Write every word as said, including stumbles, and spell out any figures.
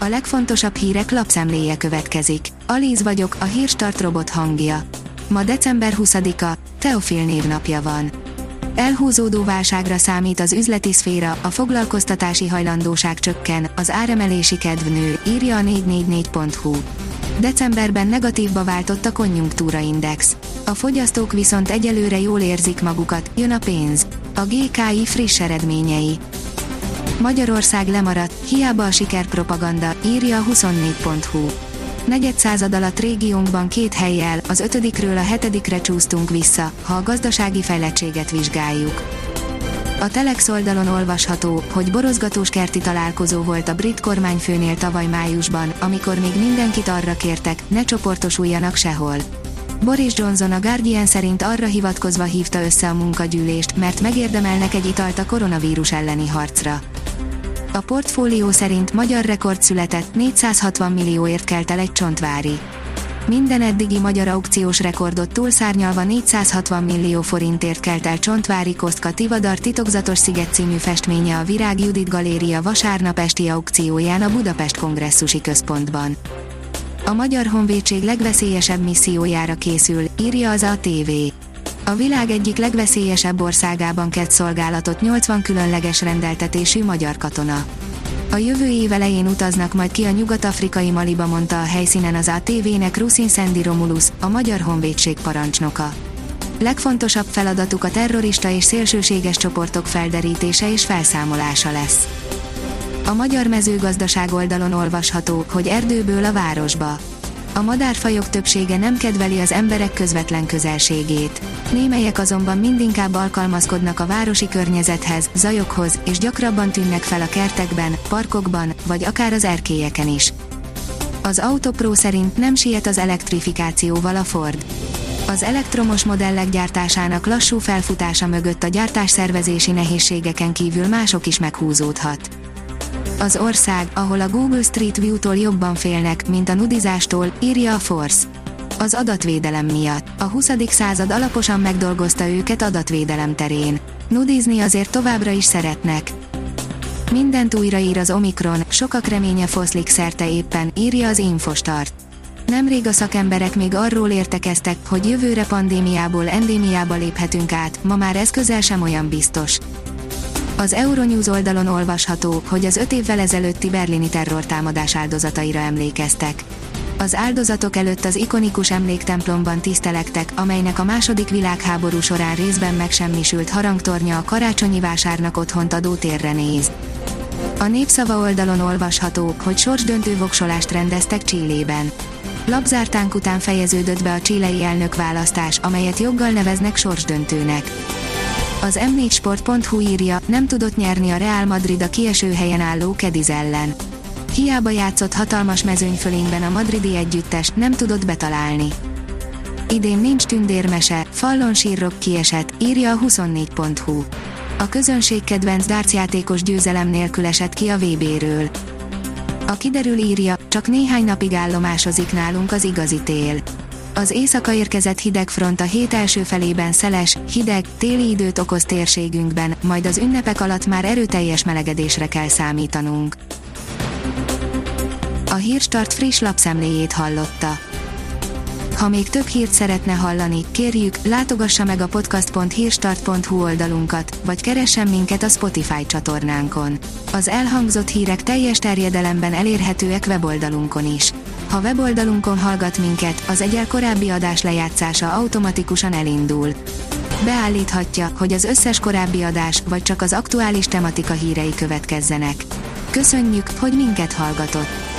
A legfontosabb hírek lapszemléje következik. Alíz vagyok, a Hírstart robot hangja. Ma december huszadika, Teofil névnapja van. Elhúzódó válságra számít az üzleti szféra, a foglalkoztatási hajlandóság csökken, az áremelési kedv nő, írja a négy négy négy pont hu. Decemberben negatívba váltott a konjunktúraindex. A fogyasztók viszont egyelőre jól érzik magukat, jön a pénz. A gé ká i friss eredményei. Magyarország lemaradt, hiába a sikerpropaganda, írja a huszonnégy pont hu. Negyedszázad alatt régiónkban két hellyel, az ötödikről a hetedikre csúsztunk vissza, ha a gazdasági fejlettséget vizsgáljuk. A Telex oldalon olvasható, hogy borozgatós kerti találkozó volt a brit kormányfőnél tavaly májusban, amikor még mindenkit arra kértek, ne csoportosuljanak sehol. Boris Johnson a Guardian szerint arra hivatkozva hívta össze a munkagyűlést, mert megérdemelnek egy italt a koronavírus elleni harcra. A portfólió szerint magyar rekord született, négyszázhatvan millióért kelt el egy Csontvári. Minden eddigi magyar aukciós rekordot túlszárnyalva négyszázhatvan millió forintért kelt el Csontvári Kostka Tivadar titokzatos sziget című festménye a Virág Judit Galéria vasárnap esti aukcióján a Budapest Kongresszusi Központban. A Magyar Honvédség legveszélyesebb missziójára készül, írja az á té vé. A világ egyik legveszélyesebb országában kezd szolgálatot nyolcvan különleges rendeltetésű magyar katona. A jövő év elején utaznak majd ki a nyugat-afrikai Maliba, mondta a helyszínen az á té vének Rusin Szendi Romulus, a Magyar Honvédség parancsnoka. Legfontosabb feladatuk a terrorista és szélsőséges csoportok felderítése és felszámolása lesz. A Magyar Mezőgazdaság oldalon olvasható, hogy erdőből a városba. A madárfajok többsége nem kedveli az emberek közvetlen közelségét. Némelyek azonban mindinkább alkalmazkodnak a városi környezethez, zajokhoz, és gyakrabban tűnnek fel a kertekben, parkokban, vagy akár az erkélyeken is. Az Autopro szerint nem siet az elektrifikációval a Ford. Az elektromos modellek gyártásának lassú felfutása mögött a gyártásszervezési nehézségeken kívül mások is meghúzódhat. Az ország, ahol a Google Street View-tól jobban félnek, mint a nudizástól, írja a Force. Az adatvédelem miatt. A huszadik század alaposan megdolgozta őket adatvédelem terén. Nudizni azért továbbra is szeretnek. Mindent újraír az Omikron, sokak reménye foszlik szerte éppen, írja az Infostart. Nemrég a szakemberek még arról értekeztek, hogy jövőre pandémiából endémiába léphetünk át, ma már ez közel sem olyan biztos. Az Euronews oldalon olvasható, hogy az öt évvel ezelőtti berlini terrortámadás áldozataira emlékeztek. Az áldozatok előtt az ikonikus emléktemplomban tisztelektek, amelynek a második világháború során részben megsemmisült harangtornya a karácsonyi vásárnak otthont adó térre néz. A Népszava oldalon olvasható, hogy sorsdöntő voksolást rendeztek Chilében. Labzártánk után fejeződött be a chilei elnökválasztás, amelyet joggal neveznek sorsdöntőnek. Az em négy sport pont hu írja, nem tudott nyerni a Real Madrid a kieső helyen álló Cadiz ellen. Hiába játszott hatalmas mezőnyfölényben a madridi együttes, nem tudott betalálni. Idén nincs tündérmese, fallon sírrok kiesett, írja a huszonnégy pont hu. A közönség kedvenc dárcjátékos győzelem nélkül esett ki a vé béről. A kiderül írja, csak néhány napig állomásozik nálunk az igazi tél. Az éjszaka érkezett hidegfront a hét első felében szeles, hideg, téli időt okoz térségünkben, majd az ünnepek alatt már erőteljes melegedésre kell számítanunk. A Hírstart friss lapszemléjét hallotta. Ha még több hírt szeretne hallani, kérjük, látogassa meg a podcast pont hírstart pont hu oldalunkat, vagy keressen minket a Spotify csatornánkon. Az elhangzott hírek teljes terjedelemben elérhetőek weboldalunkon is. Ha weboldalunkon hallgat minket, az egyel korábbi adás lejátszása automatikusan elindul. Beállíthatja, hogy az összes korábbi adás, vagy csak az aktuális tematika hírei következzenek. Köszönjük, hogy minket hallgatott!